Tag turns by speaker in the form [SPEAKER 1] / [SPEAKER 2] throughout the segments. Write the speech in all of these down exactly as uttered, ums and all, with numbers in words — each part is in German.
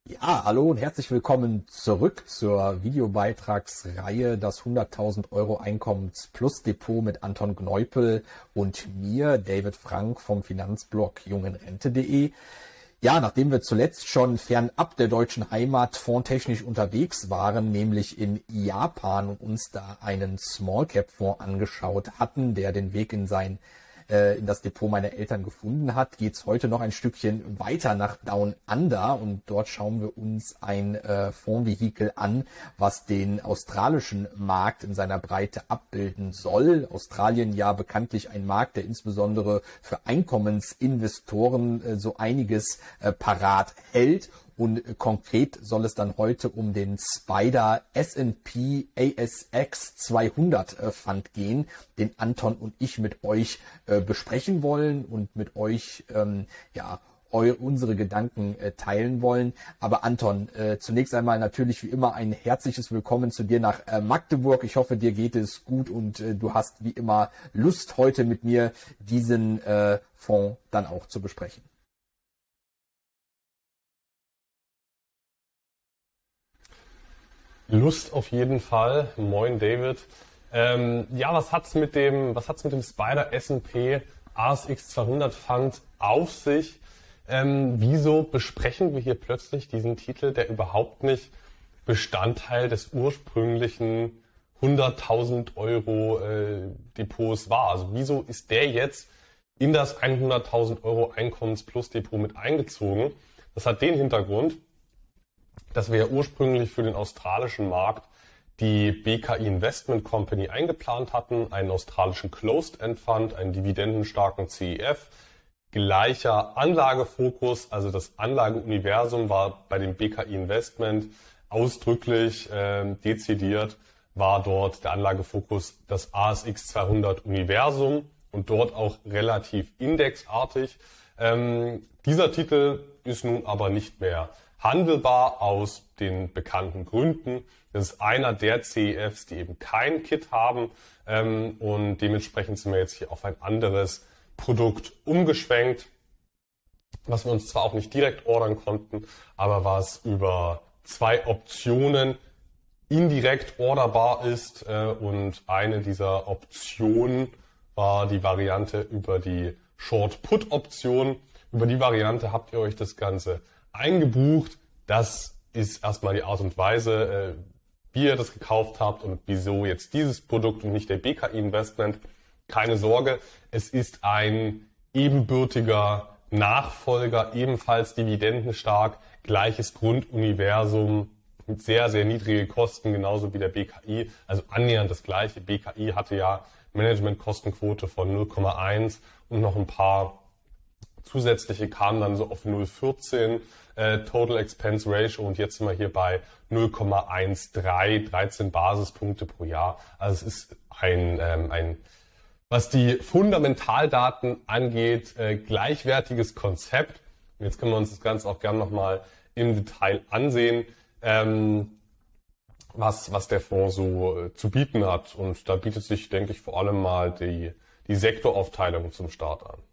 [SPEAKER 1] Ja, hallo und herzlich willkommen zurück zur Videobeitragsreihe Das hunderttausend Euro Einkommens Plus Depot mit Anton Gneupel und mir, David Frank vom Finanzblog jungenrente punkt de. Ja, nachdem wir zuletzt schon fernab der deutschen Heimat fondtechnisch unterwegs waren, nämlich in Japan und uns da einen Small Cap Fonds angeschaut hatten, der den Weg in sein in das Depot meiner Eltern gefunden hat, geht's heute noch ein Stückchen weiter nach Down Under und dort schauen wir uns ein äh, Fondsvehikel an, was den australischen Markt in seiner Breite abbilden soll. Australien ja bekanntlich ein Markt, der insbesondere für Einkommensinvestoren äh, so einiges äh, parat hält. Und konkret soll es dann heute um den Spider S and P A S X zweihundert Fund gehen, den Anton und ich mit euch äh, besprechen wollen und mit euch ähm, ja eu unsere Gedanken äh, teilen wollen. Aber Anton, äh, zunächst einmal natürlich wie immer ein herzliches Willkommen zu dir nach äh, Magdeburg. Ich hoffe, dir geht es gut und äh, du hast wie immer Lust, heute mit mir diesen äh, Fonds dann auch zu besprechen.
[SPEAKER 2] Lust auf jeden Fall. Moin David. Ähm, ja, was hat's mit dem, was hat's mit dem Spider S and P A S X zweihundert Fund auf sich? Ähm, wieso besprechen wir hier plötzlich diesen Titel, der überhaupt nicht Bestandteil des ursprünglichen hunderttausend Euro äh, Depots war? Also wieso ist der jetzt in das hunderttausend Euro Einkommens Plus Depot mit eingezogen? Das hat den Hintergrund, dass wir ja ursprünglich für den australischen Markt die B K I Investment Company eingeplant hatten, einen australischen Closed-End Fund, einen dividendenstarken C E F, gleicher Anlagefokus, also das Anlageuniversum war bei dem B K I Investment ausdrücklich äh, dezidiert, war dort der Anlagefokus das A S X zweihundert Universum und dort auch relativ indexartig. Ähm, dieser Titel ist nun aber nicht mehr handelbar aus den bekannten Gründen. Das ist einer der C E Fs, die eben kein Kit haben ähm, und dementsprechend sind wir jetzt hier auf ein anderes Produkt umgeschwenkt, was wir uns zwar auch nicht direkt ordern konnten, aber was über zwei Optionen indirekt orderbar ist äh, und eine dieser Optionen war die Variante über die Short-Put-Option. Über die Variante habt ihr euch das Ganze eingebucht. Das ist erstmal die Art und Weise, wie ihr das gekauft habt und wieso jetzt dieses Produkt und nicht der B K I Investment. Keine Sorge, es ist ein ebenbürtiger Nachfolger, ebenfalls dividendenstark, gleiches Grunduniversum mit sehr, sehr niedrigen Kosten, genauso wie der B K I, also annähernd das gleiche. B K I hatte ja Managementkostenquote von null Komma eins und noch ein paar zusätzliche kamen dann so auf null Komma vierzehn äh, Total Expense Ratio und jetzt sind wir hier bei null Komma dreizehn, dreizehn Basispunkte pro Jahr. Also es ist ein, ähm, ein was die Fundamentaldaten angeht, äh, gleichwertiges Konzept. Und jetzt können wir uns das Ganze auch gerne nochmal im Detail ansehen, ähm, was, was der Fonds so äh, zu bieten hat. Und da bietet sich, denke ich, vor allem mal die, die Sektoraufteilung zum Start an.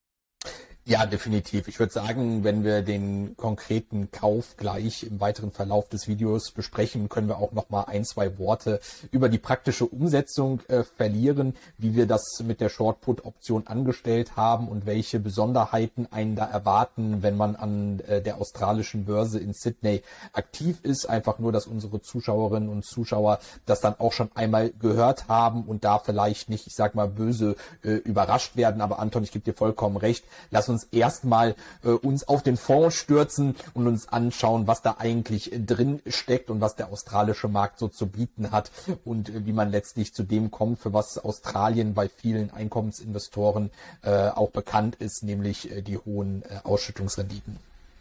[SPEAKER 1] Ja, definitiv. Ich würde sagen, wenn wir den konkreten Kauf gleich im weiteren Verlauf des Videos besprechen, können wir auch noch mal ein, zwei Worte über die praktische Umsetzung äh, verlieren, wie wir das mit der Short-Put-Option angestellt haben und welche Besonderheiten einen da erwarten, wenn man an äh, der australischen Börse in Sydney aktiv ist. Einfach nur, dass unsere Zuschauerinnen und Zuschauer das dann auch schon einmal gehört haben und da vielleicht nicht, ich sag mal, böse äh, überrascht werden. Aber Anton, ich gebe dir vollkommen recht. Lass uns erstmal äh, uns auf den Fonds stürzen und uns anschauen, was da eigentlich äh, drin steckt und was der australische Markt so zu bieten hat und äh, wie man letztlich zu dem kommt, für was Australien bei vielen Einkommensinvestoren äh, auch bekannt ist, nämlich äh, die hohen äh, Ausschüttungsrenditen.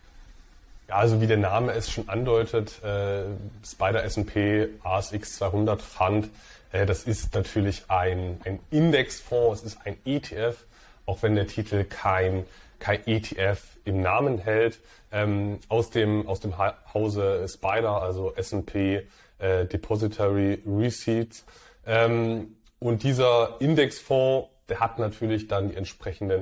[SPEAKER 2] Ja, also wie der Name es schon andeutet, äh, Spider S and P A S X zweihundert Fund, äh, das ist natürlich ein, ein Indexfonds, es ist ein E T F, auch wenn der Titel kein kein E T F im Namen hält, ähm, aus dem aus dem Hause Spider, also S and P äh, Depository Receipts. Ähm, und dieser Indexfonds, der hat natürlich dann die entsprechenden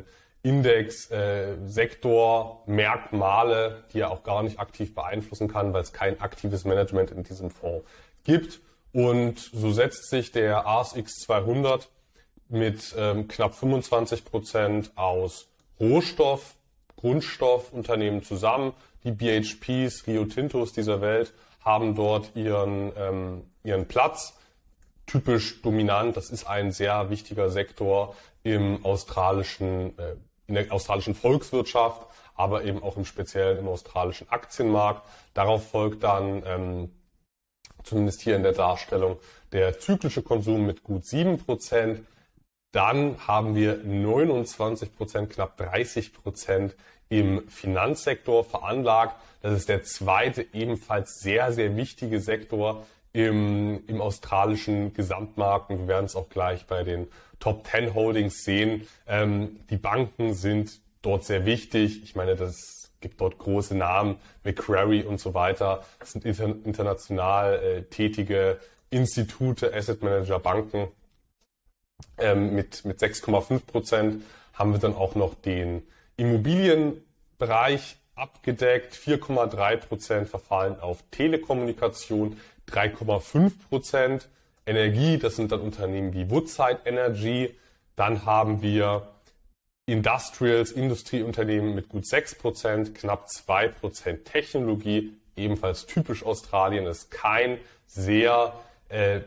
[SPEAKER 2] Index-Sektor-Merkmale, die er auch gar nicht aktiv beeinflussen kann, weil es kein aktives Management in diesem Fonds gibt. Und so setzt sich der A S X zweihundert mit ähm, knapp fünfundzwanzig Prozent aus Rohstoff, Grundstoffunternehmen zusammen. Die B H Ps, Rio Tintos dieser Welt haben dort ihren, ähm, ihren Platz. Typisch dominant, das ist ein sehr wichtiger Sektor im australischen, äh, in der australischen Volkswirtschaft, aber eben auch im Speziellen im australischen Aktienmarkt. Darauf folgt dann, ähm, zumindest hier in der Darstellung, der zyklische Konsum mit gut sieben Prozent. Dann haben wir neunundzwanzig Prozent, knapp dreißig Prozent im Finanzsektor veranlagt. Das ist der zweite ebenfalls sehr, sehr wichtige Sektor im, im australischen Gesamtmarkt. Und wir werden es auch gleich bei den Top zehn Holdings sehen. Ähm, die Banken sind dort sehr wichtig. Ich meine, das gibt dort große Namen, Macquarie und so weiter. Das sind inter, international äh, tätige Institute, Asset Manager, Banken. Ähm, mit mit sechs Komma fünf Prozent haben wir dann auch noch den Immobilienbereich abgedeckt. vier Komma drei Prozent verfallen auf Telekommunikation, drei Komma fünf Prozent Energie, das sind dann Unternehmen wie Woodside Energy. Dann haben wir Industrials, Industrieunternehmen mit gut sechs Prozent, knapp zwei Prozent Technologie, ebenfalls typisch Australien, ist kein sehr äh,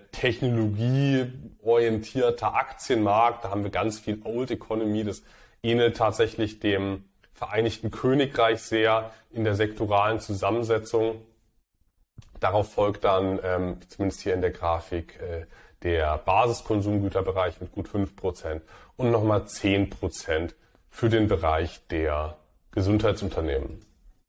[SPEAKER 2] technologieorientierter Aktienmarkt. Da haben wir ganz viel Old Economy, das ähnelt tatsächlich dem Vereinigten Königreich sehr in der sektoralen Zusammensetzung. Darauf folgt dann, ähm, zumindest hier in der Grafik, äh, der Basiskonsumgüterbereich mit gut fünf Prozent und nochmal zehn Prozent für den Bereich der Gesundheitsunternehmen.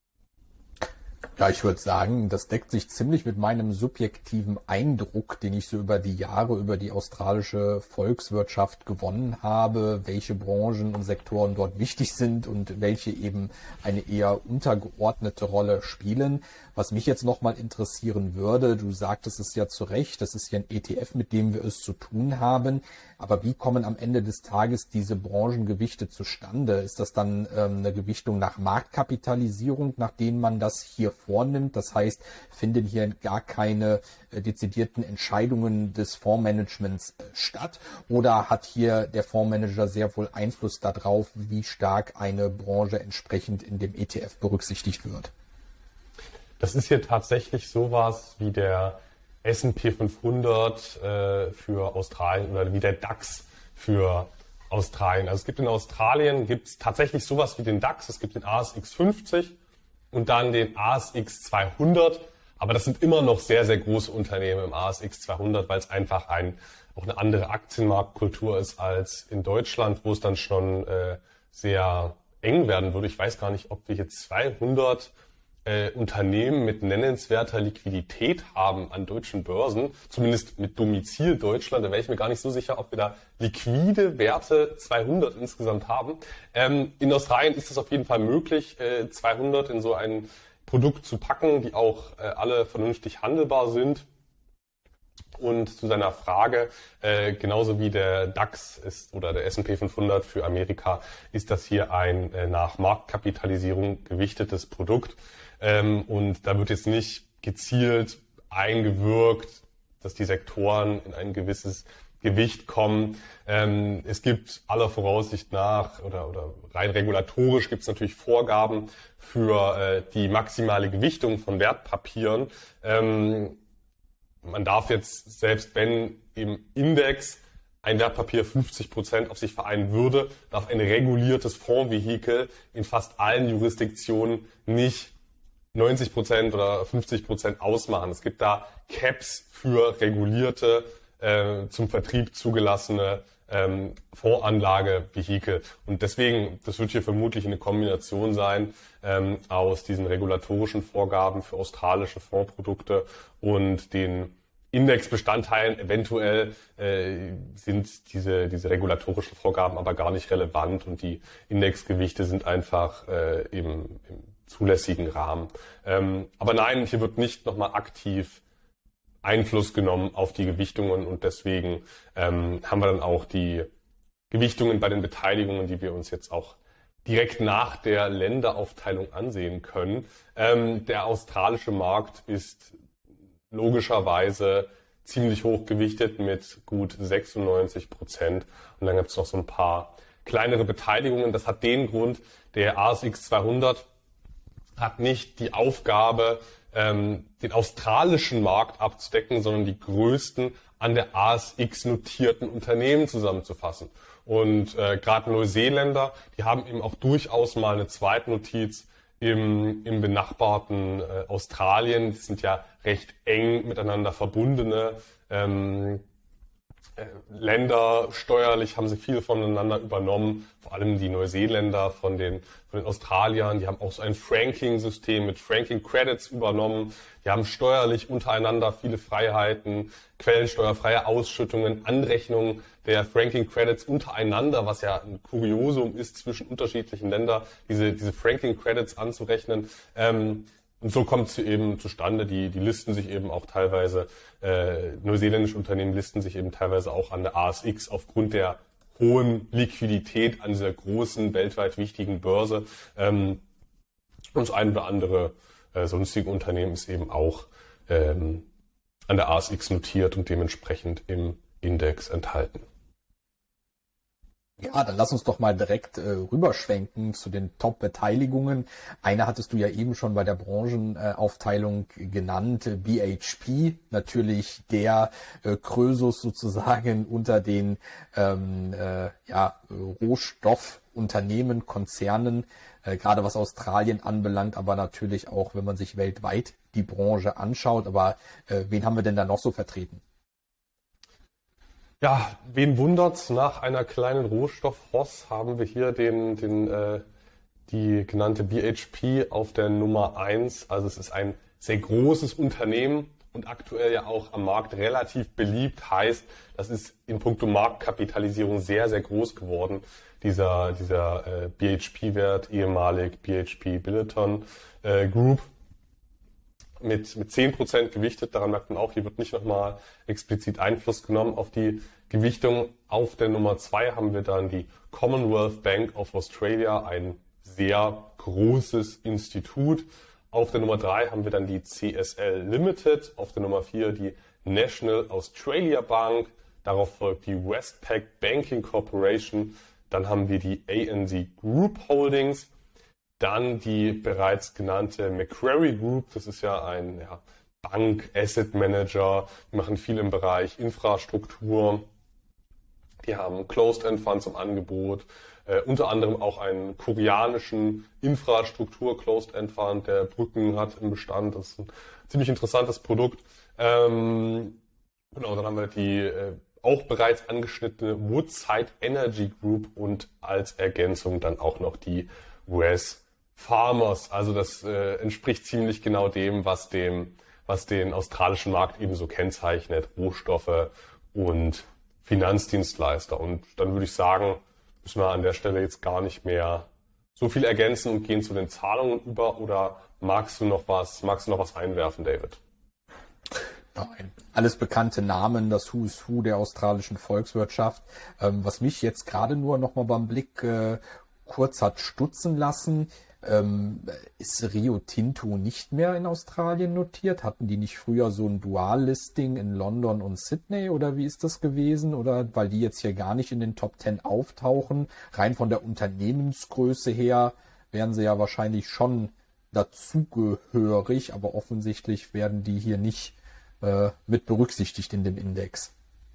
[SPEAKER 1] Ja, ich würde sagen, das deckt sich ziemlich mit meinem subjektiven Eindruck, den ich so über die Jahre über die australische Volkswirtschaft gewonnen habe, welche Branchen und Sektoren dort wichtig sind und welche eben eine eher untergeordnete Rolle spielen. Was mich jetzt nochmal interessieren würde, du sagtest es ja zu Recht, das ist ja ein E T F, mit dem wir es zu tun haben. Aber wie kommen am Ende des Tages diese Branchengewichte zustande? Ist das dann ähm, eine Gewichtung nach Marktkapitalisierung, nach denen man das hier vornimmt? Das heißt, finden hier gar keine äh, dezidierten Entscheidungen des Fondsmanagements äh, statt? Oder hat hier der Fondsmanager sehr wohl Einfluss darauf, wie stark eine Branche entsprechend in dem E T F berücksichtigt wird?
[SPEAKER 2] Das ist hier tatsächlich sowas wie der S und P fünfhundert äh, für Australien oder wie der DAX für Australien. Also es gibt in Australien gibt's tatsächlich sowas wie den DAX, es gibt den A S X fünfzig und dann den A S X zweihundert. Aber das sind immer noch sehr, sehr große Unternehmen im A S X zweihundert, weil es einfach ein, auch eine andere Aktienmarktkultur ist als in Deutschland, wo es dann schon äh, sehr eng werden würde. Ich weiß gar nicht, ob wir hier zweihundert Äh, Unternehmen mit nennenswerter Liquidität haben an deutschen Börsen, zumindest mit Domizil Deutschland. Da wäre ich mir gar nicht so sicher, ob wir da liquide Werte zweihundert insgesamt haben. Ähm, in Australien ist es auf jeden Fall möglich, äh, zweihundert in so ein Produkt zu packen, die auch äh, alle vernünftig handelbar sind. Und zu seiner Frage, äh, genauso wie der DAX ist oder der S und P fünfhundert für Amerika, ist das hier ein äh, nach Marktkapitalisierung gewichtetes Produkt. Ähm, und da wird jetzt nicht gezielt eingewirkt, dass die Sektoren in ein gewisses Gewicht kommen. Ähm, es gibt aller Voraussicht nach oder, oder rein regulatorisch gibt es natürlich Vorgaben für äh, die maximale Gewichtung von Wertpapieren. Ähm, man darf jetzt, selbst wenn im Index ein Wertpapier fünfzig Prozent auf sich vereinen würde, darf ein reguliertes Fondsvehikel in fast allen Jurisdiktionen nicht neunzig Prozent oder fünfzig Prozent ausmachen. Es gibt da Caps für regulierte, äh, zum Vertrieb zugelassene ähm, Fondsanlagevehikel. Und deswegen, das wird hier vermutlich eine Kombination sein ähm, aus diesen regulatorischen Vorgaben für australische Fondsprodukte und den Indexbestandteilen. Eventuell äh, sind diese, diese regulatorischen Vorgaben aber gar nicht relevant und die Indexgewichte sind einfach äh, im, im zulässigen Rahmen. Ähm, aber nein, hier wird nicht nochmal aktiv Einfluss genommen auf die Gewichtungen und deswegen ähm, haben wir dann auch die Gewichtungen bei den Beteiligungen, die wir uns jetzt auch direkt nach der Länderaufteilung ansehen können. Ähm, der australische Markt ist logischerweise ziemlich hoch gewichtet mit gut sechsundneunzig Prozent. Und dann gibt es noch so ein paar kleinere Beteiligungen. Das hat den Grund, der A S X zweihundert hat nicht die Aufgabe, ähm, den australischen Markt abzudecken, sondern die größten an der A S X notierten Unternehmen zusammenzufassen. Und äh, gerade Neuseeländer, die haben eben auch durchaus mal eine Zweitnotiz im, im benachbarten äh, Australien. Die sind ja recht eng miteinander verbundene ähm, äh, Länder. Steuerlich haben sie viel voneinander übernommen, vor allem die Neuseeländer von den, von den Australiern. Die haben auch so ein Franking-System mit Franking-Credits übernommen. Die haben steuerlich untereinander viele Freiheiten, quellensteuerfreie Ausschüttungen, Anrechnungen der Franking-Credits untereinander, was ja ein Kuriosum ist, zwischen unterschiedlichen Ländern, diese, diese Franking-Credits anzurechnen. Ähm, und so kommt es eben zustande. Die, die listen sich eben auch teilweise, äh, neuseeländische Unternehmen listen sich eben teilweise auch an der A S X aufgrund der hohen Liquidität an dieser großen, weltweit wichtigen Börse. Ähm, und das ein oder andere äh, sonstige Unternehmen ist eben auch ähm, an der A S X notiert und dementsprechend im Index enthalten.
[SPEAKER 1] Ja, dann lass uns doch mal direkt äh, rüberschwenken zu den Top-Beteiligungen. Eine hattest du ja eben schon bei der Branchenaufteilung äh, genannt, äh, B H P, natürlich der äh, Krösus sozusagen unter den ähm, äh, ja, Rohstoffunternehmen, Konzernen, äh, gerade was Australien anbelangt, aber natürlich auch, wenn man sich weltweit die Branche anschaut. Aber äh, wen haben wir denn da noch so vertreten?
[SPEAKER 2] Ja, wen wundert's? Nach einer kleinen Rohstoffhoss haben wir hier den, den, äh, die genannte B H P auf der Nummer eins. Also es ist ein sehr großes Unternehmen und aktuell ja auch am Markt relativ beliebt. Heißt, das ist in puncto Marktkapitalisierung sehr, sehr groß geworden. Dieser, dieser äh, B H P-Wert, ehemalig B H P Billiton äh, Group. Mit, mit zehn Prozent gewichtet. Daran merkt man auch, hier wird nicht nochmal explizit Einfluss genommen auf die Gewichtung. Auf der Nummer zwei haben wir dann die Commonwealth Bank of Australia, ein sehr großes Institut. Auf der Nummer drei haben wir dann die C S L Limited. Auf der Nummer vier die National Australia Bank. Darauf folgt die Westpac Banking Corporation. Dann haben wir die A N Z Group Holdings. Dann die bereits genannte Macquarie Group, das ist ja ein ja, Bank, Asset Manager, die machen viel im Bereich Infrastruktur. Die haben Closed-End Funds im Angebot, äh, unter anderem auch einen koreanischen Infrastruktur Closed-End Fund, der Brücken hat im Bestand. Das ist ein ziemlich interessantes Produkt. Ähm, genau, dann haben wir die äh, auch bereits angeschnittene Woodside Energy Group und als Ergänzung dann auch noch die U S Farmers, also das äh, entspricht ziemlich genau dem, was dem, was den australischen Markt ebenso kennzeichnet, Rohstoffe und Finanzdienstleister. Und dann würde ich sagen, müssen wir an der Stelle jetzt gar nicht mehr so viel ergänzen und gehen zu den Zahlungen über. Oder magst du noch was, magst du noch was einwerfen, David?
[SPEAKER 1] Nein. Alles bekannte Namen, das Who is Who der australischen Volkswirtschaft. Ähm, was mich jetzt gerade nur noch mal beim Blick äh, kurz hat stutzen lassen, Ähm, ist Rio Tinto nicht mehr in Australien notiert? Hatten die nicht früher so ein Dual-Listing in London und Sydney oder wie ist das gewesen? Oder weil die jetzt hier gar nicht in den Top Ten auftauchen, rein von der Unternehmensgröße her, wären sie ja wahrscheinlich schon dazugehörig, aber offensichtlich werden die hier nicht äh, mit berücksichtigt in dem Index.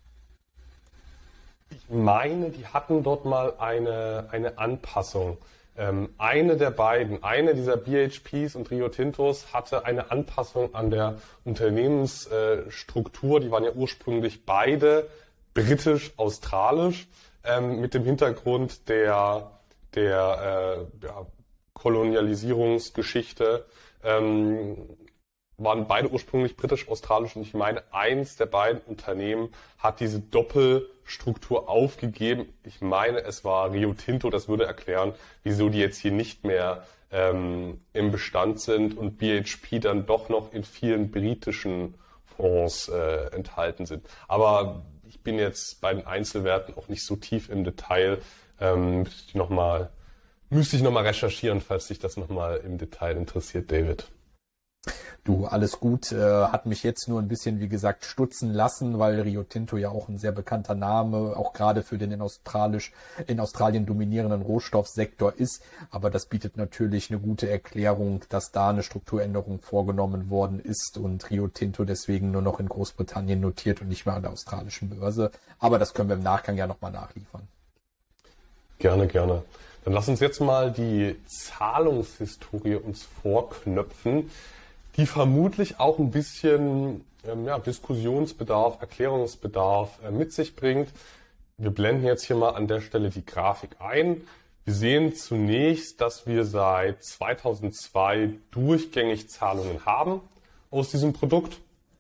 [SPEAKER 2] Ich meine, die hatten dort mal eine, eine Anpassung. Ähm, eine der beiden, eine dieser B H Ps und Rio Tintos hatte eine Anpassung an der Unternehmensstruktur. Die waren ja ursprünglich beide britisch-australisch, ähm, mit dem Hintergrund der, der äh, ja, Kolonialisierungsgeschichte. Ähm, waren beide ursprünglich britisch-australisch und ich meine, eins der beiden Unternehmen hat diese Doppelstruktur aufgegeben. Ich meine, es war Rio Tinto, das würde erklären, wieso die jetzt hier nicht mehr ähm, im Bestand sind und B H P dann doch noch in vielen britischen Fonds äh, enthalten sind. Aber ich bin jetzt bei den Einzelwerten auch nicht so tief im Detail, ähm, müsste ich nochmal Müsste ich nochmal recherchieren, falls dich das nochmal im Detail interessiert, David.
[SPEAKER 1] Du, alles gut. Äh, hat mich jetzt nur ein bisschen, wie gesagt, stutzen lassen, weil Rio Tinto ja auch ein sehr bekannter Name, auch gerade für den in australisch, in Australien dominierenden Rohstoffsektor ist. Aber das bietet natürlich eine gute Erklärung, dass da eine Strukturänderung vorgenommen worden ist und Rio Tinto deswegen nur noch in Großbritannien notiert und nicht mehr an der australischen Börse. Aber das können wir im Nachgang ja nochmal nachliefern.
[SPEAKER 2] Gerne, gerne. Dann lass uns jetzt mal die Zahlungshistorie uns vorknöpfen, die vermutlich auch ein bisschen ähm, ja, Diskussionsbedarf, Erklärungsbedarf äh, mit sich bringt. Wir blenden jetzt hier mal an der Stelle die Grafik ein. Wir sehen zunächst, dass wir seit zweitausendzwei durchgängig Zahlungen haben aus diesem Produkt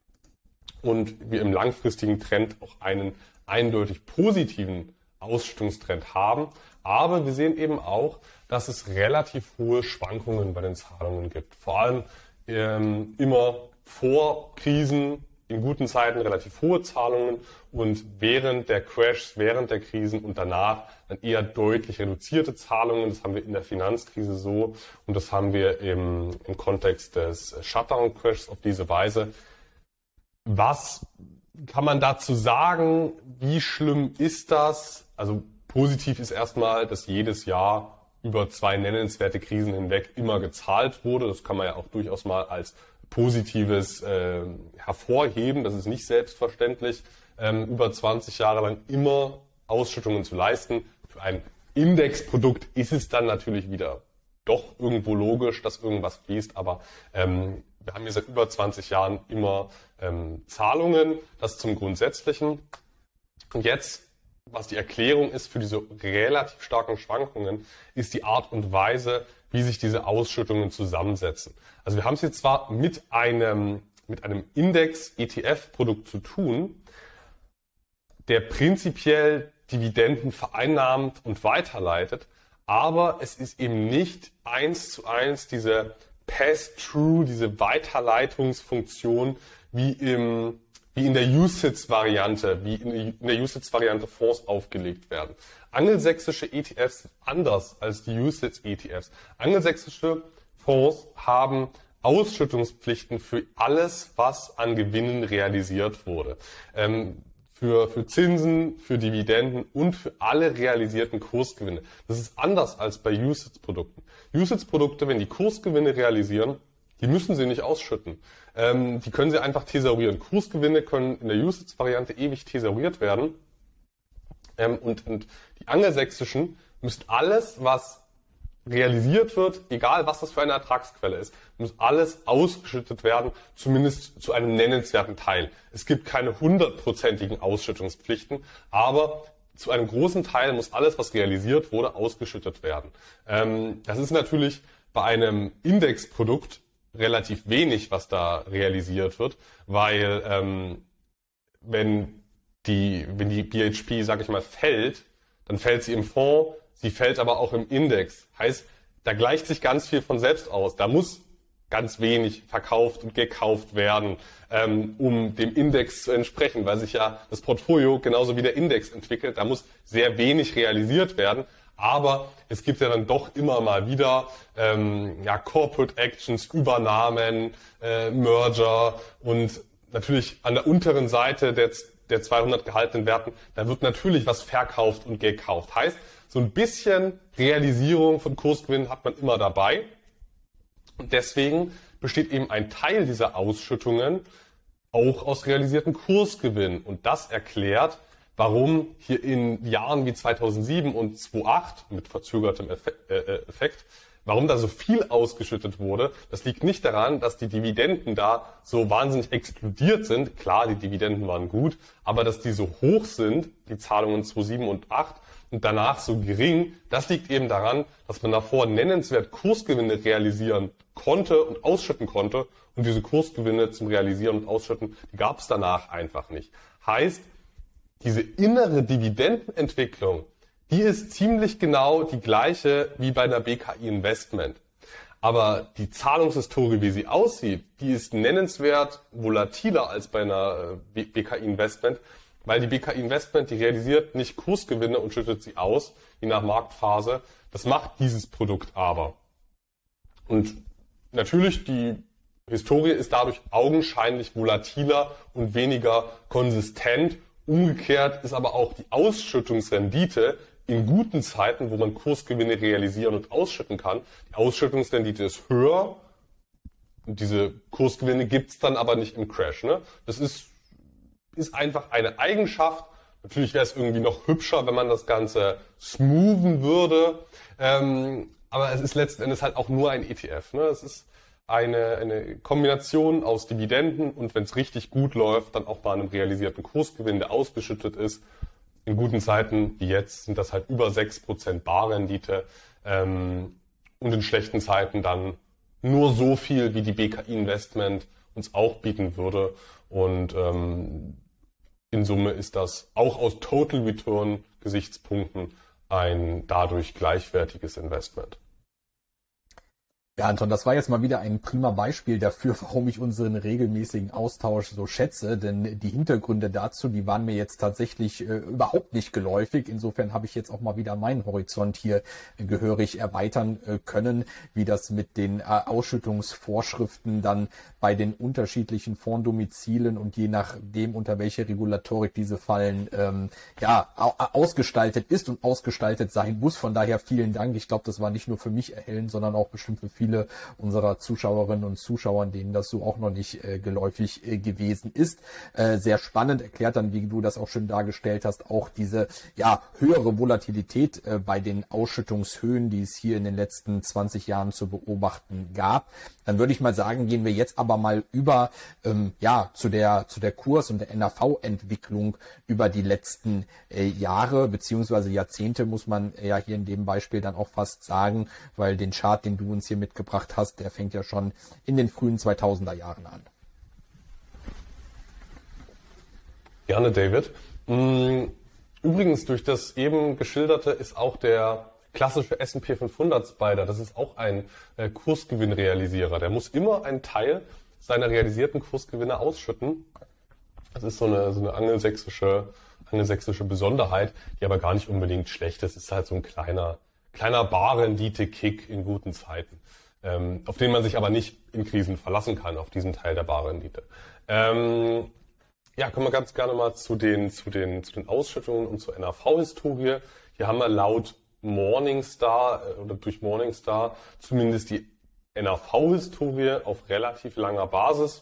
[SPEAKER 2] und wir im langfristigen Trend auch einen eindeutig positiven Ausschüttungstrend haben. Aber wir sehen eben auch, dass es relativ hohe Schwankungen bei den Zahlungen gibt. Vor allem ähm, immer vor Krisen, in guten Zeiten relativ hohe Zahlungen und während der Crashs, während der Krisen und danach dann eher deutlich reduzierte Zahlungen. Das haben wir in der Finanzkrise so und das haben wir im, im Kontext des Shutdown-Crashs auf diese Weise. Was kann man dazu sagen? Wie schlimm ist das? Also positiv ist erstmal, dass jedes Jahr über zwei nennenswerte Krisen hinweg immer gezahlt wurde. Das kann man ja auch durchaus mal als Positives äh, hervorheben. Das ist nicht selbstverständlich, ähm, über zwanzig Jahre lang immer Ausschüttungen zu leisten. Für ein Indexprodukt ist es dann natürlich wieder doch irgendwo logisch, dass irgendwas fließt, aber ähm, wir haben hier seit über zwanzig Jahren immer ähm, Zahlungen. Das zum Grundsätzlichen. Und jetzt, was die Erklärung ist für diese relativ starken Schwankungen, ist die Art und Weise, wie sich diese Ausschüttungen zusammensetzen. Also wir haben es jetzt zwar mit einem, mit einem Index-E T F-Produkt zu tun, der prinzipiell Dividenden vereinnahmt und weiterleitet, aber es ist eben nicht eins zu eins diese Pass-Through, diese Weiterleitungsfunktion wie im wie in der U C I T S-Variante, wie in der U C I T S-Variante Fonds aufgelegt werden. Angelsächsische E T Fs sind anders als die U C I T S-E T Fs. Angelsächsische Fonds haben Ausschüttungspflichten für alles, was an Gewinnen realisiert wurde. Ähm, für, für Zinsen, für Dividenden und für alle realisierten Kursgewinne. Das ist anders als bei U C I T S-Produkten. U C I T S-Produkte, wenn die Kursgewinne realisieren, die müssen sie nicht ausschütten. Ähm, die können sie einfach thesaurieren. Kursgewinne können in der U C I T S-Variante ewig thesauriert werden. Ähm, und, und die angelsächsischen müssen alles, was realisiert wird, egal was das für eine Ertragsquelle ist, muss alles ausgeschüttet werden, zumindest zu einem nennenswerten Teil. Es gibt keine hundertprozentigen Ausschüttungspflichten, aber zu einem großen Teil muss alles, was realisiert wurde, ausgeschüttet werden. Ähm, das ist natürlich bei einem Indexprodukt relativ wenig, was da realisiert wird, weil ähm, wenn die wenn die B H P, sag ich mal, fällt, dann fällt sie im Fonds, sie fällt aber auch im Index. Heißt, da gleicht sich ganz viel von selbst aus. Da muss ganz wenig verkauft und gekauft werden, ähm, um dem Index zu entsprechen, weil sich ja das Portfolio genauso wie der Index entwickelt. Da muss sehr wenig realisiert werden. Aber es gibt ja dann doch immer mal wieder ähm, ja, Corporate Actions, Übernahmen, äh, Merger und natürlich an der unteren Seite der, der zweihundert gehaltenen Werten, da wird natürlich was verkauft und gekauft. Heißt, so ein bisschen Realisierung von Kursgewinnen hat man immer dabei. Und deswegen besteht eben ein Teil dieser Ausschüttungen auch aus realisierten Kursgewinnen. Und das erklärt, warum hier in Jahren wie zweitausendsieben und zweitausendacht mit verzögertem Effekt, warum da so viel ausgeschüttet wurde. Das liegt nicht daran, dass die Dividenden da so wahnsinnig explodiert sind. Klar, die Dividenden waren gut, aber dass die so hoch sind, die Zahlungen zweitausendsieben und zweitausendacht und danach so gering, das liegt eben daran, dass man davor nennenswert Kursgewinne realisieren konnte und ausschütten konnte und diese Kursgewinne zum Realisieren und Ausschütten, die gab es danach einfach nicht. Heißt, diese innere Dividendenentwicklung, die ist ziemlich genau die gleiche wie bei einer B K I Investment. Aber die Zahlungshistorie, wie sie aussieht, die ist nennenswert volatiler als bei einer B K I Investment, Weil die B K I Investment, die realisiert nicht Kursgewinne und schüttet sie aus, je nach Marktphase. Das macht dieses Produkt aber. Und natürlich, die Historie ist dadurch augenscheinlich volatiler und weniger konsistent. Umgekehrt ist aber auch die Ausschüttungsrendite in guten Zeiten, wo man Kursgewinne realisieren und ausschütten kann. Die Ausschüttungsrendite ist höher. Und diese Kursgewinne gibt's dann aber nicht im Crash. Ne? Das ist, ist einfach eine Eigenschaft. Natürlich wäre es irgendwie noch hübscher, wenn man das Ganze smoothen würde. Ähm, aber es ist letzten Endes halt auch nur ein E T F. Ne? Es ist eine, eine Kombination aus Dividenden und wenn es richtig gut läuft, dann auch bei einem realisierten Kursgewinn, der ausgeschüttet ist. In guten Zeiten wie jetzt sind das halt über sechs Prozent Barrendite ähm, und in schlechten Zeiten dann nur so viel, wie die B K I Investment uns auch bieten würde. Und ähm, in Summe ist das auch aus Total Return Gesichtspunkten ein dadurch gleichwertiges Investment.
[SPEAKER 1] Ja, Anton, das war jetzt mal wieder ein prima Beispiel dafür, warum ich unseren regelmäßigen Austausch so schätze, denn die Hintergründe dazu, die waren mir jetzt tatsächlich äh, überhaupt nicht geläufig. Insofern habe ich jetzt auch mal wieder meinen Horizont hier äh, gehörig erweitern äh, können, wie das mit den äh, Ausschüttungsvorschriften dann bei den unterschiedlichen Fonddomizilen und je nachdem, unter welche Regulatorik diese fallen, ähm, ja, ausgestaltet ist und ausgestaltet sein muss. Von daher vielen Dank. Ich glaube, das war nicht nur für mich erhellend, sondern auch bestimmt für viele viele unserer Zuschauerinnen und Zuschauer, denen das so auch noch nicht äh, geläufig äh, gewesen ist. Äh, sehr spannend, erklärt dann, wie du das auch schön dargestellt hast, auch diese ja höhere Volatilität äh, bei den Ausschüttungshöhen, die es hier in den letzten zwanzig Jahren zu beobachten gab. Dann würde ich mal sagen, gehen wir jetzt aber mal über ähm, ja zu der zu der Kurs- und der N A V-Entwicklung über die letzten äh, Jahre beziehungsweise Jahrzehnte, muss man ja hier in dem Beispiel dann auch fast sagen, weil den Chart, den du uns hier mitgebracht hast, der fängt ja schon in den frühen zweitausender Jahren an.
[SPEAKER 2] Gerne, David. Übrigens, durch das eben geschilderte ist auch der klassische S und P fünfhundert Spider, das ist auch ein äh, Kursgewinnrealisierer. Der muss immer einen Teil seiner realisierten Kursgewinne ausschütten. Das ist so eine, so eine angelsächsische, angelsächsische Besonderheit, die aber gar nicht unbedingt schlecht ist. Es ist halt so ein kleiner, kleiner Barrendite-Kick in guten Zeiten, ähm, auf den man sich aber nicht in Krisen verlassen kann, auf diesen Teil der Barrendite. Ähm, ja, kommen wir ganz gerne mal zu den, zu den, zu den Ausschüttungen und zur N A V-Historie. Hier haben wir laut Morningstar oder durch Morningstar zumindest die N A V-Historie auf relativ langer Basis.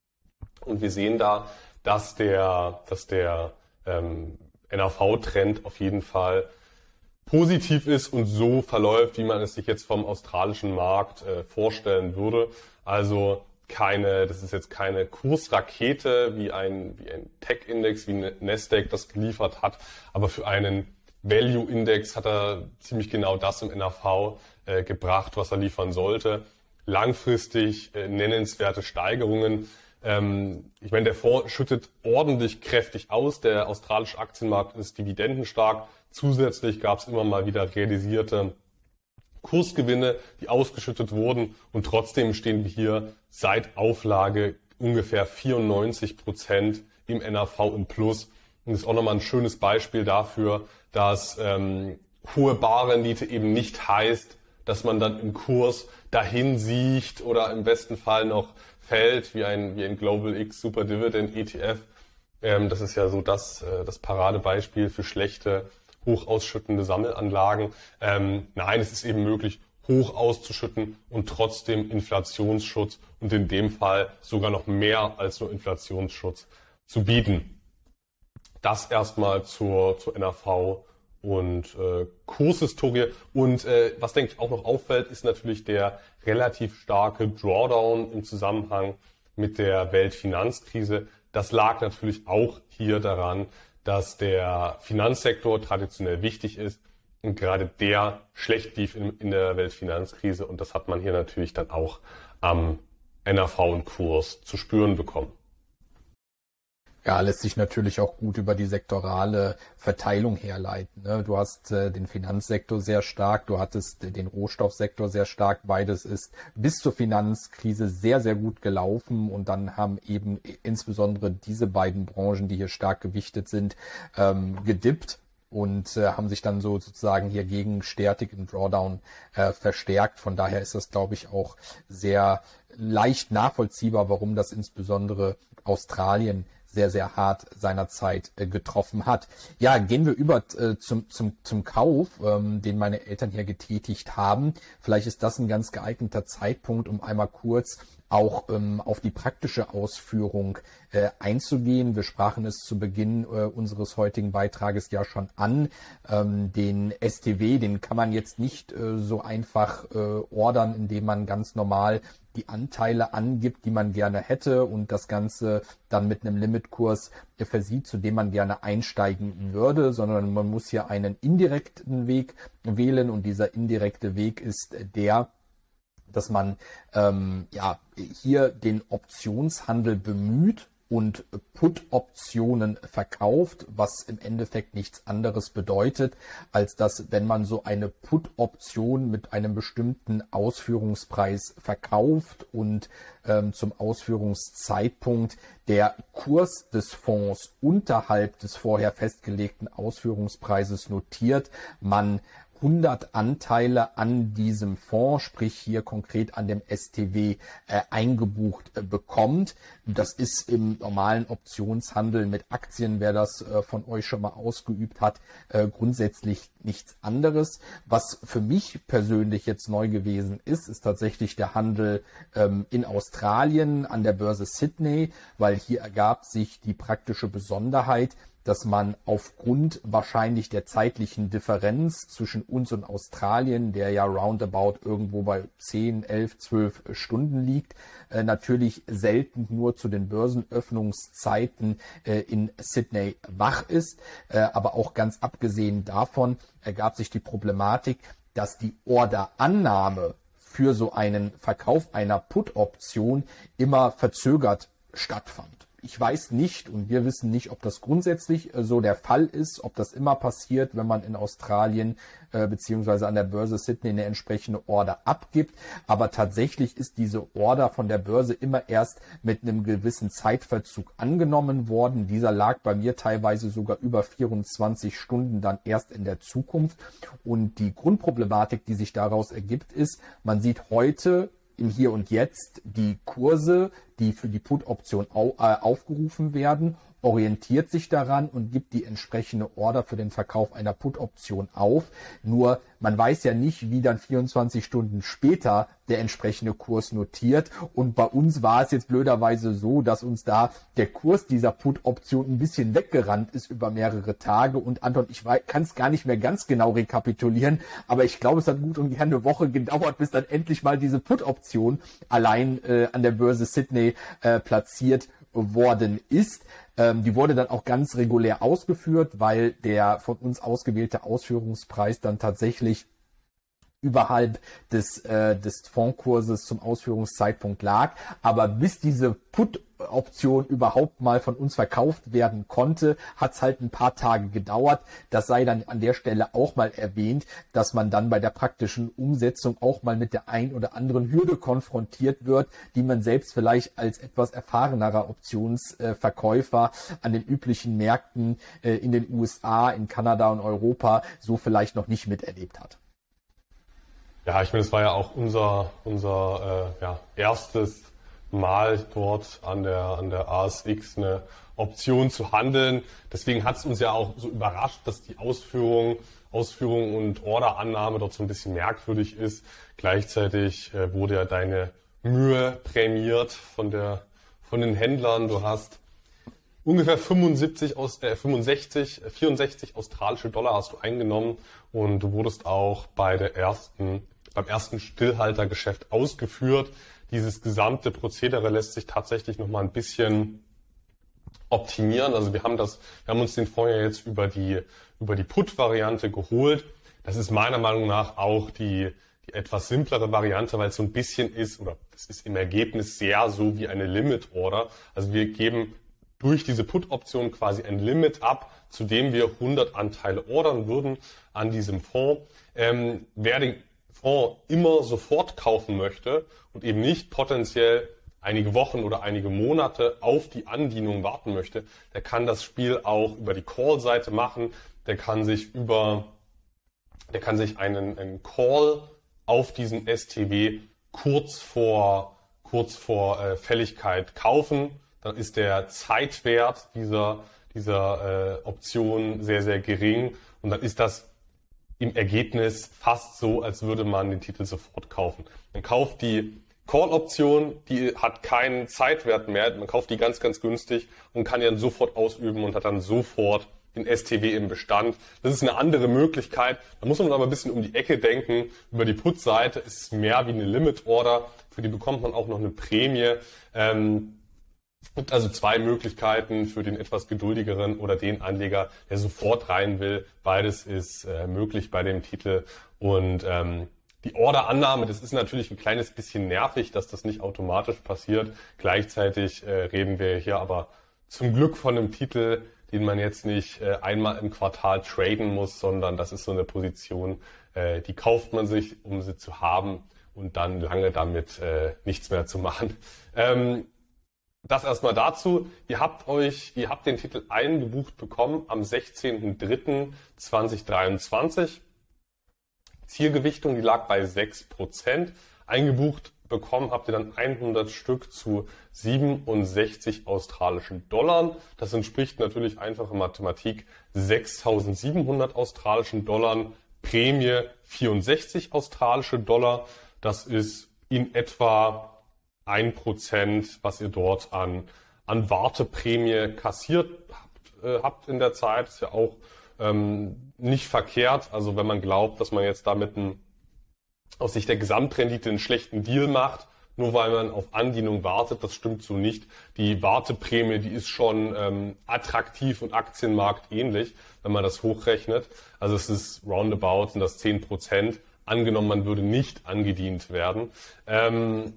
[SPEAKER 2] Und wir sehen da, dass der, dass der ähm, N A V-Trend auf jeden Fall positiv ist und so verläuft, wie man es sich jetzt vom australischen Markt äh, vorstellen würde. Also keine, das ist jetzt keine Kursrakete wie ein, wie ein Tech-Index, wie Nasdaq das geliefert hat, aber für einen Value-Index hat er ziemlich genau das im N A V äh, gebracht, was er liefern sollte. Langfristig äh, nennenswerte Steigerungen. Ähm, ich meine, der Fonds schüttet ordentlich kräftig aus. Der australische Aktienmarkt ist dividendenstark. Zusätzlich gab es immer mal wieder realisierte Kursgewinne, die ausgeschüttet wurden. Und trotzdem stehen wir hier seit Auflage ungefähr vierundneunzig Prozent im N A V im Plus. Und das ist auch nochmal ein schönes Beispiel dafür, dass ähm, hohe Barrendite eben nicht heißt, dass man dann im Kurs dahin siecht oder im besten Fall noch fällt, wie ein, wie ein Global X Super Dividend E T F. Ähm, das ist ja so das, äh, das Paradebeispiel für schlechte, hoch ausschüttende Sammelanlagen. Ähm, nein, es ist eben möglich, hoch auszuschütten und trotzdem Inflationsschutz und in dem Fall sogar noch mehr als nur Inflationsschutz zu bieten. Das erstmal zur, zur N A V und äh, Kurshistorie. Und äh, was, denke ich, auch noch auffällt, ist natürlich der relativ starke Drawdown im Zusammenhang mit der Weltfinanzkrise. Das lag natürlich auch hier daran, dass der Finanzsektor traditionell wichtig ist und gerade der schlecht lief in, in der Weltfinanzkrise. Und das hat man hier natürlich dann auch am N A V und Kurs zu spüren bekommen.
[SPEAKER 1] Ja, lässt sich natürlich auch gut über die sektorale Verteilung herleiten, ne? Du hast äh, den Finanzsektor sehr stark, du hattest äh, den Rohstoffsektor sehr stark. Beides ist bis zur Finanzkrise sehr, sehr gut gelaufen und dann haben eben insbesondere diese beiden Branchen, die hier stark gewichtet sind, ähm, gedippt und äh, haben sich dann so sozusagen hier gegen Stetig im Drawdown äh, verstärkt. Von daher ist das, glaube ich, auch sehr leicht nachvollziehbar, warum das insbesondere Australien sehr, sehr hart seinerzeit äh, getroffen hat. Ja, gehen wir über äh, zum, zum, zum Kauf, ähm, den meine Eltern hier getätigt haben. Vielleicht ist das ein ganz geeigneter Zeitpunkt, um einmal kurz auch ähm, auf die praktische Ausführung äh, einzugehen. Wir sprachen es zu Beginn äh, unseres heutigen Beitrages ja schon an. Ähm, den S T W, den kann man jetzt nicht äh, so einfach äh, ordern, indem man ganz normal die Anteile angibt, die man gerne hätte und das Ganze dann mit einem Limitkurs versieht, zu dem man gerne einsteigen würde, sondern man muss hier einen indirekten Weg wählen und dieser indirekte Weg ist der, dass man ähm, ja hier den Optionshandel bemüht und Put-Optionen verkauft, was im Endeffekt nichts anderes bedeutet, als dass, wenn man so eine Put-Option mit einem bestimmten Ausführungspreis verkauft und ähm, zum Ausführungszeitpunkt der Kurs des Fonds unterhalb des vorher festgelegten Ausführungspreises notiert, man hundert Anteile an diesem Fonds, sprich hier konkret an dem S T W, äh, eingebucht äh, bekommt. Das ist im normalen Optionshandel mit Aktien, wer das äh, von euch schon mal ausgeübt hat, äh, grundsätzlich nichts anderes. Was für mich persönlich jetzt neu gewesen ist, ist tatsächlich der Handel ähm, in Australien an der Börse Sydney, weil hier ergab sich die praktische Besonderheit, dass man aufgrund wahrscheinlich der zeitlichen Differenz zwischen uns und Australien, der ja roundabout irgendwo bei zehn, elf, zwölf Stunden liegt, äh, natürlich selten nur zu den Börsenöffnungszeiten äh, in Sydney wach ist. Äh, aber auch ganz abgesehen davon ergab sich die Problematik, dass die Orderannahme für so einen Verkauf einer Put-Option immer verzögert stattfand. Ich weiß nicht und wir wissen nicht, ob das grundsätzlich äh, so der Fall ist, ob das immer passiert, wenn man in Australien äh, beziehungsweise an der Börse Sydney eine entsprechende Order abgibt. Aber tatsächlich ist diese Order von der Börse immer erst mit einem gewissen Zeitverzug angenommen worden. Dieser lag bei mir teilweise sogar über vierundzwanzig Stunden dann erst in der Zukunft. Und die Grundproblematik, die sich daraus ergibt, ist, man sieht heute im Hier und Jetzt die Kurse, die für die Put-Option au, äh, aufgerufen werden, orientiert sich daran und gibt die entsprechende Order für den Verkauf einer Put-Option auf. Nur man weiß ja nicht, wie dann vierundzwanzig Stunden später der entsprechende Kurs notiert. Und bei uns war es jetzt blöderweise so, dass uns da der Kurs dieser Put-Option ein bisschen weggerannt ist über mehrere Tage. Und Anton, ich kann es gar nicht mehr ganz genau rekapitulieren, aber ich glaube, es hat gut und gerne eine Woche gedauert, bis dann endlich mal diese Put-Option allein äh, an der Börse Sydney äh, platziert worden ist. Ähm, die wurde dann auch ganz regulär ausgeführt, weil der von uns ausgewählte Ausführungspreis dann tatsächlich überhalb des, äh, des Fondkurses zum Ausführungszeitpunkt lag. Aber bis diese Put-Option überhaupt mal von uns verkauft werden konnte, hat es halt ein paar Tage gedauert. Das sei dann an der Stelle auch mal erwähnt, dass man dann bei der praktischen Umsetzung auch mal mit der ein oder anderen Hürde konfrontiert wird, die man selbst vielleicht als etwas erfahrenerer Optionsverkäufer an den üblichen Märkten äh, in den U S A, in Kanada und Europa so vielleicht noch nicht miterlebt hat.
[SPEAKER 2] Ja, ich meine, es war ja auch unser, unser äh, ja, erstes Mal dort an der, an der A S X eine Option zu handeln. Deswegen hat es uns ja auch so überrascht, dass die Ausführung, Ausführung und Orderannahme dort so ein bisschen merkwürdig ist. Gleichzeitig äh, wurde ja deine Mühe prämiert von, der, von den Händlern. Du hast ungefähr fünfundsiebzig aus, äh, fünfundsechzig, vierundsechzig australische Dollar hast du eingenommen und du wurdest auch bei der ersten, beim ersten Stillhaltergeschäft ausgeführt. Dieses gesamte Prozedere lässt sich tatsächlich noch mal ein bisschen optimieren. Also wir haben das, wir haben uns den Fonds ja jetzt über die, über die Put-Variante geholt. Das ist meiner Meinung nach auch die, die etwas simplere Variante, weil es so ein bisschen ist, oder es ist im Ergebnis sehr so wie eine Limit Order. Also wir geben durch diese Put-Option quasi ein Limit ab, zu dem wir hundert Anteile ordern würden an diesem Fonds. Ähm, wer den Fonds immer sofort kaufen möchte und eben nicht potenziell einige Wochen oder einige Monate auf die Andienung warten möchte, der kann das Spiel auch über die Call-Seite machen. Der kann sich über, der kann sich einen, einen Call auf diesen S T W kurz vor, kurz vor äh, Fälligkeit kaufen. Dann ist der Zeitwert dieser, dieser äh, Option sehr, sehr gering. Und dann ist das im Ergebnis fast so, als würde man den Titel sofort kaufen. Man kauft die Call-Option, die hat keinen Zeitwert mehr. Man kauft die ganz, ganz günstig und kann die dann sofort ausüben und hat dann sofort den S T W im Bestand. Das ist eine andere Möglichkeit. Da muss man aber ein bisschen um die Ecke denken. Über die Put-Seite ist es mehr wie eine Limit-Order. Für die bekommt man auch noch eine Prämie. Ähm, Es gibt also zwei Möglichkeiten für den etwas geduldigeren oder den Anleger, der sofort rein will. Beides ist äh, möglich bei dem Titel. Und ähm, die Orderannahme, das ist natürlich ein kleines bisschen nervig, dass das nicht automatisch passiert. Gleichzeitig äh, reden wir hier aber zum Glück von einem Titel, den man jetzt nicht äh, einmal im Quartal traden muss, sondern das ist so eine Position, äh, die kauft man sich, um sie zu haben und dann lange damit äh, nichts mehr zu machen. Ähm, Das erstmal dazu. Ihr habt euch, ihr habt den Titel eingebucht bekommen am sechzehnten dritten zweitausenddreiundzwanzig. Zielgewichtung, die lag bei sechs Prozent. Eingebucht bekommen habt ihr dann hundert Stück zu siebenundsechzig australischen Dollar. Das entspricht natürlich einfache Mathematik sechstausendsiebenhundert australischen Dollar. Prämie vierundsechzig australische Dollar. Das ist in etwa ein Prozent, was ihr dort an, an Warteprämie kassiert habt, äh, habt in der Zeit. Ist ja auch ähm, nicht verkehrt. Also wenn man glaubt, dass man jetzt damit ein, aus Sicht der Gesamtrendite einen schlechten Deal macht, nur weil man auf Andienung wartet, das stimmt so nicht. Die Warteprämie, die ist schon ähm, attraktiv und aktienmarktähnlich, wenn man das hochrechnet. Also es ist roundabout, sind das zehn Prozent. Angenommen, man würde nicht angedient werden. Ähm,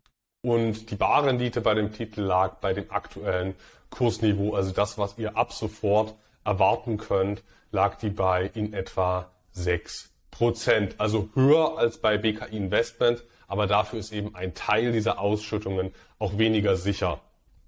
[SPEAKER 2] Und die Barrendite bei dem Titel lag bei dem aktuellen Kursniveau, also das, was ihr ab sofort erwarten könnt, lag die bei in etwa sechs Prozent. Also höher als bei B K I Investment, aber dafür ist eben ein Teil dieser Ausschüttungen auch weniger sicher.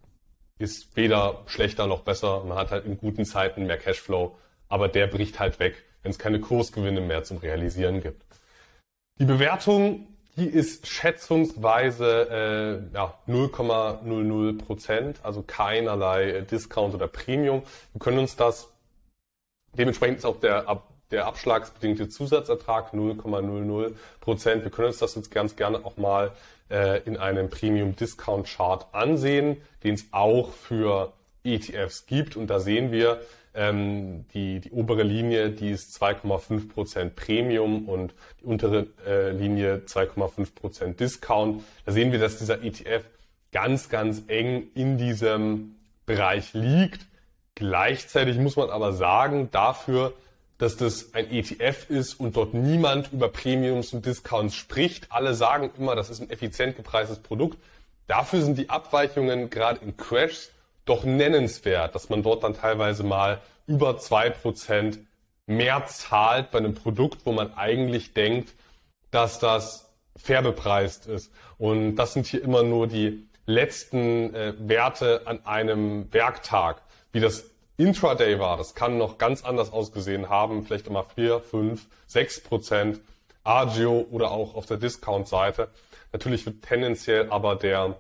[SPEAKER 2] Ist weder schlechter noch besser. Man hat halt in guten Zeiten mehr Cashflow, aber der bricht halt weg, wenn es keine Kursgewinne mehr zum Realisieren gibt. Die Bewertung, die ist schätzungsweise äh, ja, null Komma null null Prozent, also keinerlei Discount oder Premium. Wir können uns das, dementsprechend ist auch der, Ab, der abschlagsbedingte Zusatzertrag null Komma null null Prozent. Wir können uns das jetzt ganz gerne auch mal äh, in einem Premium Discount Chart ansehen, den es auch für E T Fs gibt. Und da sehen wir, Ähm, die, die obere Linie, die ist zwei Komma fünf Prozent Premium und die untere äh, Linie zwei Komma fünf Prozent Discount. Da sehen wir, dass dieser E T F ganz, ganz eng in diesem Bereich liegt. Gleichzeitig muss man aber sagen, dafür, dass das ein E T F ist und dort niemand über Premiums und Discounts spricht, alle sagen immer, das ist ein effizient gepreistes Produkt. Dafür sind die Abweichungen gerade in Crashs doch nennenswert, dass man dort dann teilweise mal über zwei Prozent mehr zahlt bei einem Produkt, wo man eigentlich denkt, dass das fair bepreist ist. Und das sind hier immer nur die letzten äh, Werte an einem Werktag. Wie das Intraday war, das kann noch ganz anders ausgesehen haben, vielleicht immer vier, fünf, sechs Prozent Agio oder auch auf der Discount-Seite. Natürlich wird tendenziell aber der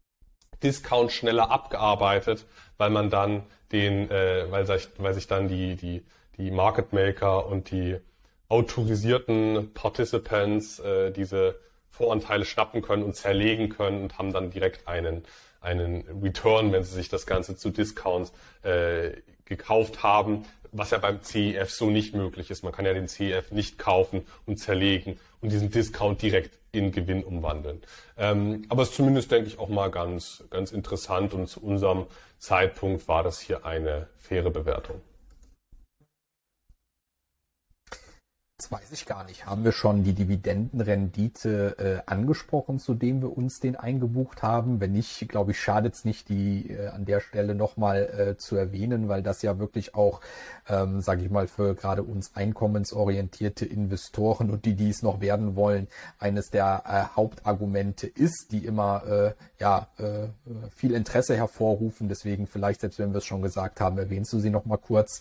[SPEAKER 2] Discount schneller abgearbeitet, weil man dann den, äh, weil sich, weil sich dann die die die Market Maker und die autorisierten Participants äh, diese Voranteile schnappen können und zerlegen können und haben dann direkt einen einen Return, wenn sie sich das Ganze zu Discounts äh, gekauft haben, was ja beim C E F so nicht möglich ist. Man kann ja den C E F nicht kaufen und zerlegen und diesen Discount direkt in Gewinn umwandeln. Ähm, aber es ist zumindest, denke ich, auch mal ganz, ganz interessant und zu unserem Zeitpunkt war das hier eine faire Bewertung.
[SPEAKER 1] Das weiß ich gar nicht. Haben wir schon die Dividendenrendite äh, angesprochen, zu dem wir uns den eingebucht haben? Wenn nicht, glaube ich, schadet es nicht, die äh, an der Stelle nochmal äh, zu erwähnen, weil das ja wirklich auch, ähm, sage ich mal, für gerade uns einkommensorientierte Investoren und die, die es noch werden wollen, eines der äh, Hauptargumente ist, die immer äh, ja äh, viel Interesse hervorrufen. Deswegen vielleicht, selbst wenn wir es schon gesagt haben, erwähnst du sie nochmal kurz.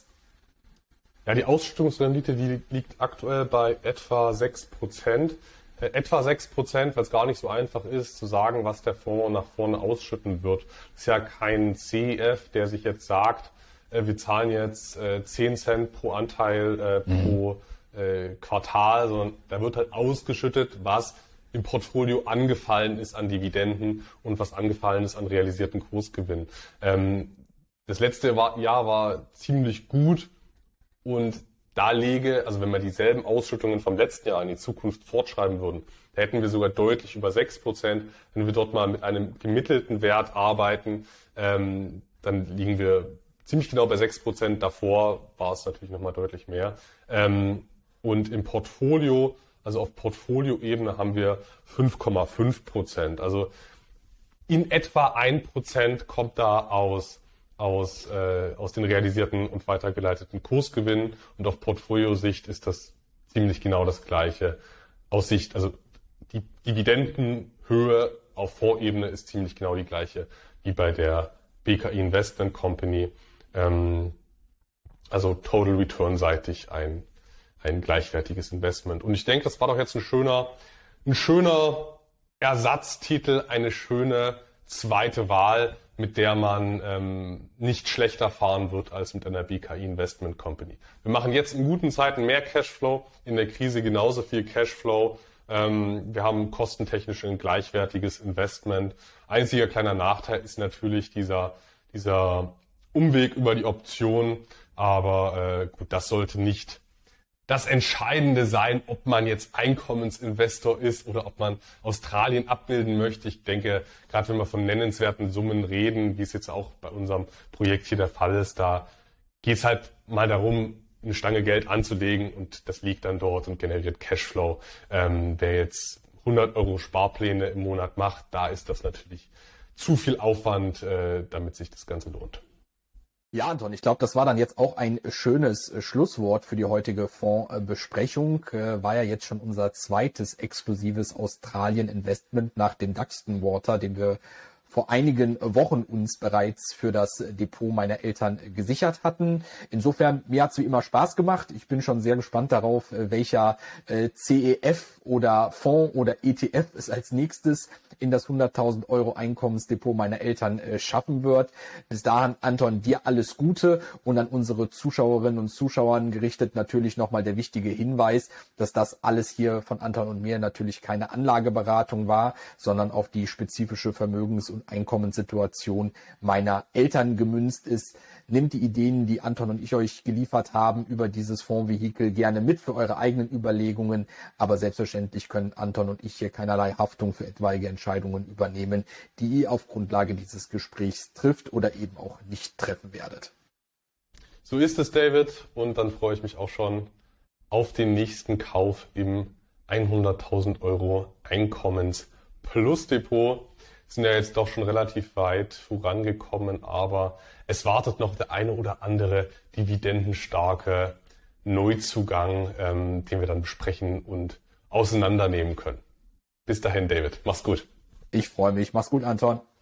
[SPEAKER 2] Ja, die Ausschüttungsrendite, die liegt aktuell bei etwa sechs Prozent. Äh, etwa sechs Prozent, weil es gar nicht so einfach ist, zu sagen, was der Fonds nach vorne ausschütten wird. Das ist ja kein C E F, der sich jetzt sagt, äh, wir zahlen jetzt äh, zehn Cent pro Anteil äh, mhm. pro äh, Quartal, sondern da wird halt ausgeschüttet, was im Portfolio angefallen ist an Dividenden und was angefallen ist an realisierten Kursgewinn. Ähm, das letzte Jahr war ziemlich gut. Und da läge, also wenn wir dieselben Ausschüttungen vom letzten Jahr in die Zukunft fortschreiben würden, da hätten wir sogar deutlich über sechs Prozent. Wenn wir dort mal mit einem gemittelten Wert arbeiten, ähm, dann liegen wir ziemlich genau bei sechs Prozent. Davor war es natürlich nochmal deutlich mehr. Ähm, und im Portfolio, also auf Portfolioebene, haben wir fünf Komma fünf Prozent. Also in etwa ein Prozent kommt da aus aus äh, aus den realisierten und weitergeleiteten Kursgewinnen, und auf Portfoliosicht ist das ziemlich genau das Gleiche. Aus Sicht, also die Dividendenhöhe auf Fondsebene ist ziemlich genau die gleiche wie bei der B K I Investment Company. Ähm, also Total Return seitig ein ein gleichwertiges Investment. Und ich denke, das war doch jetzt ein schöner ein schöner Ersatztitel, eine schöne zweite Wahl, mit der man ähm, nicht schlechter fahren wird als mit einer B K I Investment Company. Wir machen jetzt in guten Zeiten mehr Cashflow, in der Krise genauso viel Cashflow. Ähm, wir haben kostentechnisch ein gleichwertiges Investment. Einziger kleiner Nachteil ist natürlich dieser, dieser Umweg über die Option, aber äh, gut, das sollte nicht das Entscheidende sein, ob man jetzt Einkommensinvestor ist oder ob man Australien abbilden möchte. Ich denke, gerade wenn wir von nennenswerten Summen reden, wie es jetzt auch bei unserem Projekt hier der Fall ist, da geht es halt mal darum, eine Stange Geld anzulegen, und das liegt dann dort und generiert Cashflow. Ähm, wer jetzt hundert Euro Sparpläne im Monat macht, da ist das natürlich zu viel Aufwand, äh, damit sich das Ganze lohnt.
[SPEAKER 1] Ja, Anton, ich glaube, das war dann jetzt auch ein schönes Schlusswort für die heutige Fondsbesprechung. Äh, war ja jetzt schon unser zweites exklusives Australien-Investment nach dem Duxton Water, den wir vor einigen Wochen uns bereits für das Depot meiner Eltern gesichert hatten. Insofern, mir hat's wie immer Spaß gemacht. Ich bin schon sehr gespannt darauf, welcher C E F oder Fonds oder E T F es als nächstes in das hunderttausend Euro Einkommensdepot meiner Eltern äh, schaffen wird. Bis dahin, Anton, dir alles Gute, und an unsere Zuschauerinnen und Zuschauern gerichtet natürlich nochmal der wichtige Hinweis, dass das alles hier von Anton und mir natürlich keine Anlageberatung war, sondern auf die spezifische Vermögens- und Einkommenssituation meiner Eltern gemünzt ist. Nehmt die Ideen, die Anton und ich euch geliefert haben, über dieses Fondsvehikel gerne mit für eure eigenen Überlegungen, aber selbstverständlich können Anton und ich hier keinerlei Haftung für etwaige Entscheidungen übernehmen, die ihr auf Grundlage dieses Gesprächs trifft oder eben auch nicht treffen werdet.
[SPEAKER 2] So ist es, David, und dann freue ich mich auch schon auf den nächsten Kauf im hunderttausend Euro Einkommens Plus Depot. Sind ja jetzt doch schon relativ weit vorangekommen, aber es wartet noch der eine oder andere dividendenstarke Neuzugang, ähm, den wir dann besprechen und auseinandernehmen können. Bis dahin, David. Mach's gut.
[SPEAKER 1] Ich freue mich. Mach's gut, Anton.